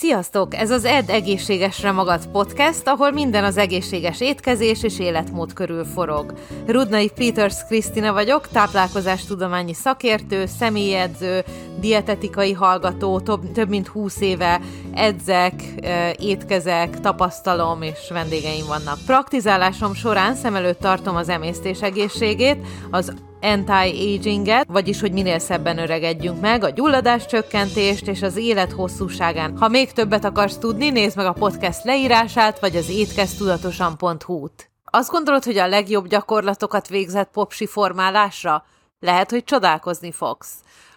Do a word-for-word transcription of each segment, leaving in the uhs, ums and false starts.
Sziasztok! Ez az Edd egészségesre magad podcast, ahol minden az egészséges étkezés és életmód körül forog. Rudnai Peters Krisztina vagyok, táplálkozástudományi szakértő, személyedző, dietetikai hallgató, több, több mint húsz éve edzek, étkezek, tapasztalom és vendégeim vannak. Praktizálásom során szem előtt tartom az emésztés egészségét, az anti-aginget, vagyis hogy minél szebben öregedjünk meg, a gyulladás csökkentést és az élet hosszúságán. Ha még többet akarsz tudni, nézd meg a podcast leírását, vagy az étkeztudatosan pont hu-t. Azt gondolod, hogy a legjobb gyakorlatokat végzett popsi formálásra? Lehet, hogy csodálkozni fogsz.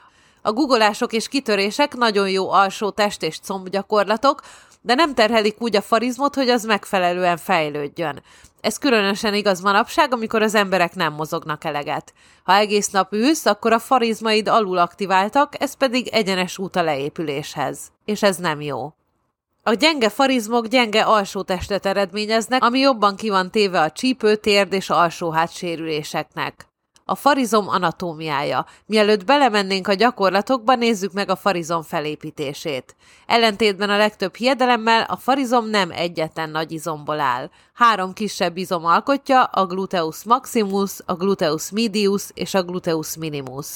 A guggolások és kitörések nagyon jó alsó test- és combgyakorlatok, de nem terhelik úgy a farizmot, hogy az megfelelően fejlődjön. Ez különösen igaz manapság, amikor az emberek nem mozognak eleget. Ha egész nap ülsz, akkor a farizmaid alul aktiváltak, ez pedig egyenes út a leépüléshez. És ez nem jó. A gyenge farizmok gyenge alsótestet eredményeznek, ami jobban ki van téve a csípő, térd és alsóhát sérüléseknek. A farizom anatómiája. Mielőtt belemennénk a gyakorlatokba, nézzük meg a farizom felépítését. Ellentétben a legtöbb hiedelemmel a farizom nem egyetlen nagy izomból áll. Három kisebb izom alkotja, a gluteus maximus, a gluteus medius és a gluteus minimus.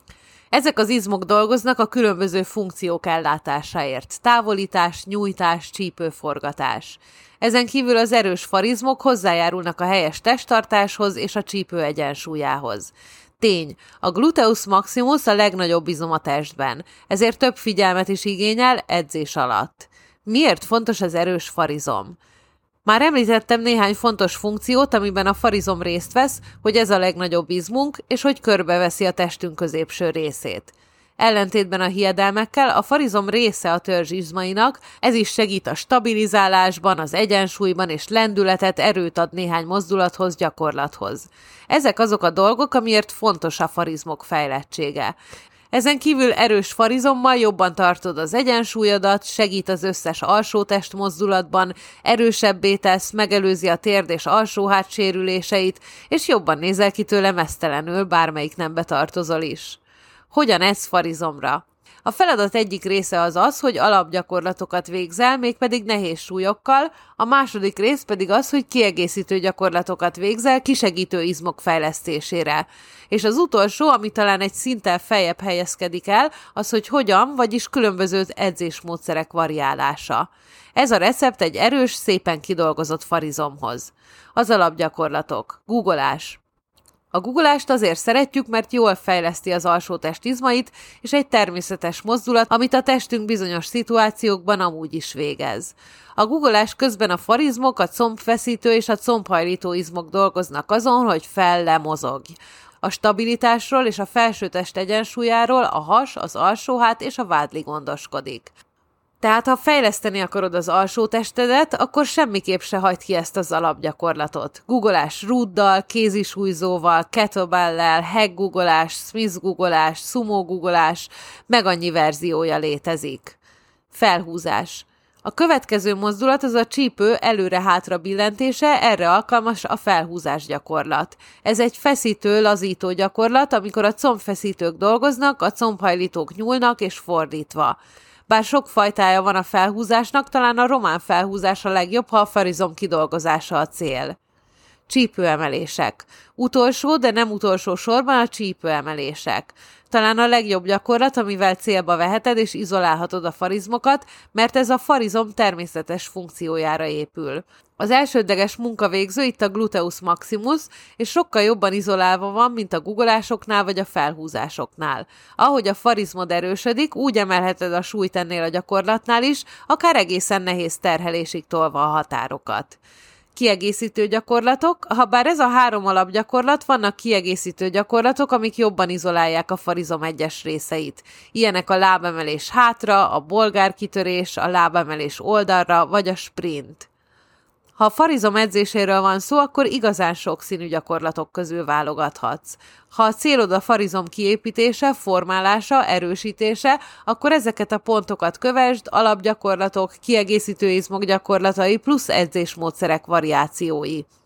Ezek az izmok dolgoznak a különböző funkciók ellátásáért. Távolítás, nyújtás, csípőforgatás. Ezen kívül az erős farizmok hozzájárulnak a helyes testtartáshoz és a csípő egyensúlyához. Tény, a gluteus maximus a legnagyobb izom a testben, ezért több figyelmet is igényel edzés alatt. Miért fontos az erős farizom? Már említettem néhány fontos funkciót, amiben a farizom részt vesz, hogy ez a legnagyobb izmunk, és hogy körbeveszi a testünk középső részét. Ellentétben a hiedelmekkel a farizom része a törzs izmainak, ez is segít a stabilizálásban, az egyensúlyban és lendületet, erőt ad néhány mozdulathoz, gyakorlathoz. Ezek azok a dolgok, amiért fontos a farizmok fejlettsége. Ezen kívül erős farizommal jobban tartod az egyensúlyodat, segít az összes alsótest mozdulatban, erősebbé tesz, megelőzi a térd és alsóhát sérüléseit, és jobban nézel ki tőle meztelenül, bármelyik nembe tartozol is. Hogyan edz farizomra? A feladat egyik része az az, hogy alapgyakorlatokat végzel, mégpedig nehéz súlyokkal, a második rész pedig az, hogy kiegészítő gyakorlatokat végzel kisegítő izmok fejlesztésére. És az utolsó, ami talán egy szinttel feljebb helyezkedik el, az, hogy hogyan, vagyis különböző edzésmódszerek variálása. Ez a recept egy erős, szépen kidolgozott farizomhoz. Az alapgyakorlatok. Guggolás. A guggolást azért szeretjük, mert jól fejleszti az alsótest izmait, és egy természetes mozdulat, amit a testünk bizonyos szituációkban amúgy is végez. A guggolás közben a farizmok, a combfeszítő és a combhajlító izmok dolgoznak azon, hogy fel-le mozogj. A stabilitásról és a felsőtest egyensúlyáról a has, az alsóhát és a vádli gondoskodik. Tehát ha fejleszteni akarod az alsótestedet, akkor semmiképp se hagyd ki ezt az alapgyakorlatot. Guggolás rúddal, kézisúlyzóval, kettlebell-lel, hack guggolás, smith guggolás, sumo guggolás, meg annyi verziója létezik. Felhúzás. A következő mozdulat az a csípő előre-hátra billentése, erre alkalmas a felhúzás gyakorlat. Ez egy feszítő, lazító gyakorlat, amikor a combfeszítők dolgoznak, a combhajlítók nyúlnak és fordítva. Bár sok fajtája van a felhúzásnak, talán a román felhúzás a legjobb, ha a farizom kidolgozása a cél. Csípőemelések. Utolsó, de nem utolsó sorban a csípőemelések. Talán a legjobb gyakorlat, amivel célba veheted és izolálhatod a farizmokat, mert ez a farizom természetes funkciójára épül. Az elsődleges munkavégző itt a gluteus maximus, és sokkal jobban izolálva van, mint a guggolásoknál vagy a felhúzásoknál. Ahogy a farizmod erősödik, úgy emelheted a súlyt ennél a gyakorlatnál is, akár egészen nehéz terhelésig tolva a határokat. Kiegészítő gyakorlatok. Habár ez a három alapgyakorlat, vannak kiegészítő gyakorlatok, amik jobban izolálják a farizom egyes részeit. Ilyenek a lábemelés hátra, a bolgárkitörés, a lábemelés oldalra vagy a sprint. Ha a farizom edzéséről van szó, akkor igazán sokszínű gyakorlatok közül válogathatsz. Ha a célod a farizom kiépítése, formálása, erősítése, akkor ezeket a pontokat kövesd, alapgyakorlatok, kiegészítő izmok gyakorlatai plusz edzésmódszerek variációi.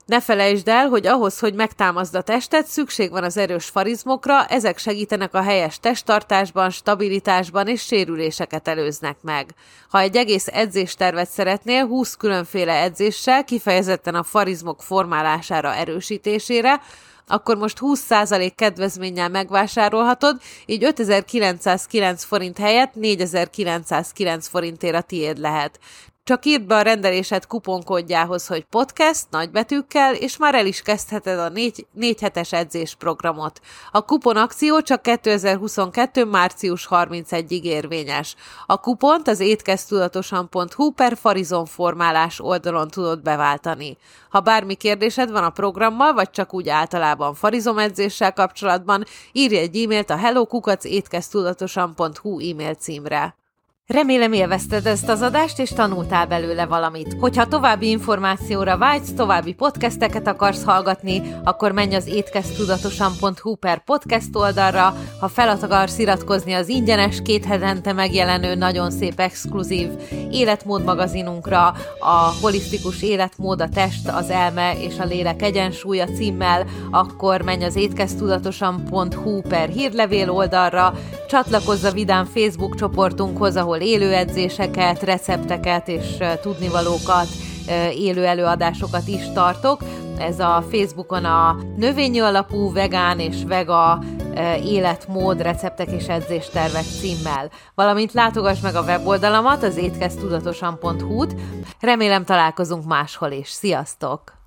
Ne felejtsd el, hogy ahhoz, hogy megtámaszd a tested, szükség van az erős farizmokra, ezek segítenek a helyes testtartásban, stabilitásban és sérüléseket előznek meg. Ha egy egész edzéstervet szeretnél húsz különféle edzéssel, kifejezetten a farizmok formálására, erősítésére, akkor most húsz százalék kedvezménnyel megvásárolhatod, így ötezer-kilencszázkilenc forint helyett négyezer-kilencszázkilenc forintért a tiéd lehet. Csak írd be a rendelésed kuponkódjához, hogy podcast nagybetűkkel, és már el is kezdheted a négy, négy hetes edzésprogramot. A kuponakció csak kétezer-huszonkettő. március harmincegyedikéig érvényes. A kupont az étkezdtudatosan pont hu per farizomformálás oldalon tudod beváltani. Ha bármi kérdésed van a programmal, vagy csak úgy általában farizomedzéssel kapcsolatban, írj egy e-mailt a hello kukac étkezdtudatosan pont hu e-mail címre. Remélem élvezted ezt az adást, és tanultál belőle valamit. Hogyha további információra vágysz, további podcasteket akarsz hallgatni, akkor menj az étkezdtudatosan pont hu per podcast oldalra. Ha fel akarsz iratkozni az ingyenes, két hetente megjelenő, nagyon szép exkluzív életmód magazinunkra, a holisztikus életmód, a test, az elme és a lélek egyensúlya címmel, akkor menj az étkezdtudatosan pont hu per hírlevél oldalra, csatlakozz a vidám Facebook csoportunkhoz, ahol élő edzéseket, recepteket és tudnivalókat, élő előadásokat is tartok. Ez a Facebookon a növényi alapú vegán és vega életmód, receptek és edzéstervek címmel. Valamint látogass meg a weboldalamat, az étkezdtudatosan pont hu-t. Remélem találkozunk máshol is. Sziasztok!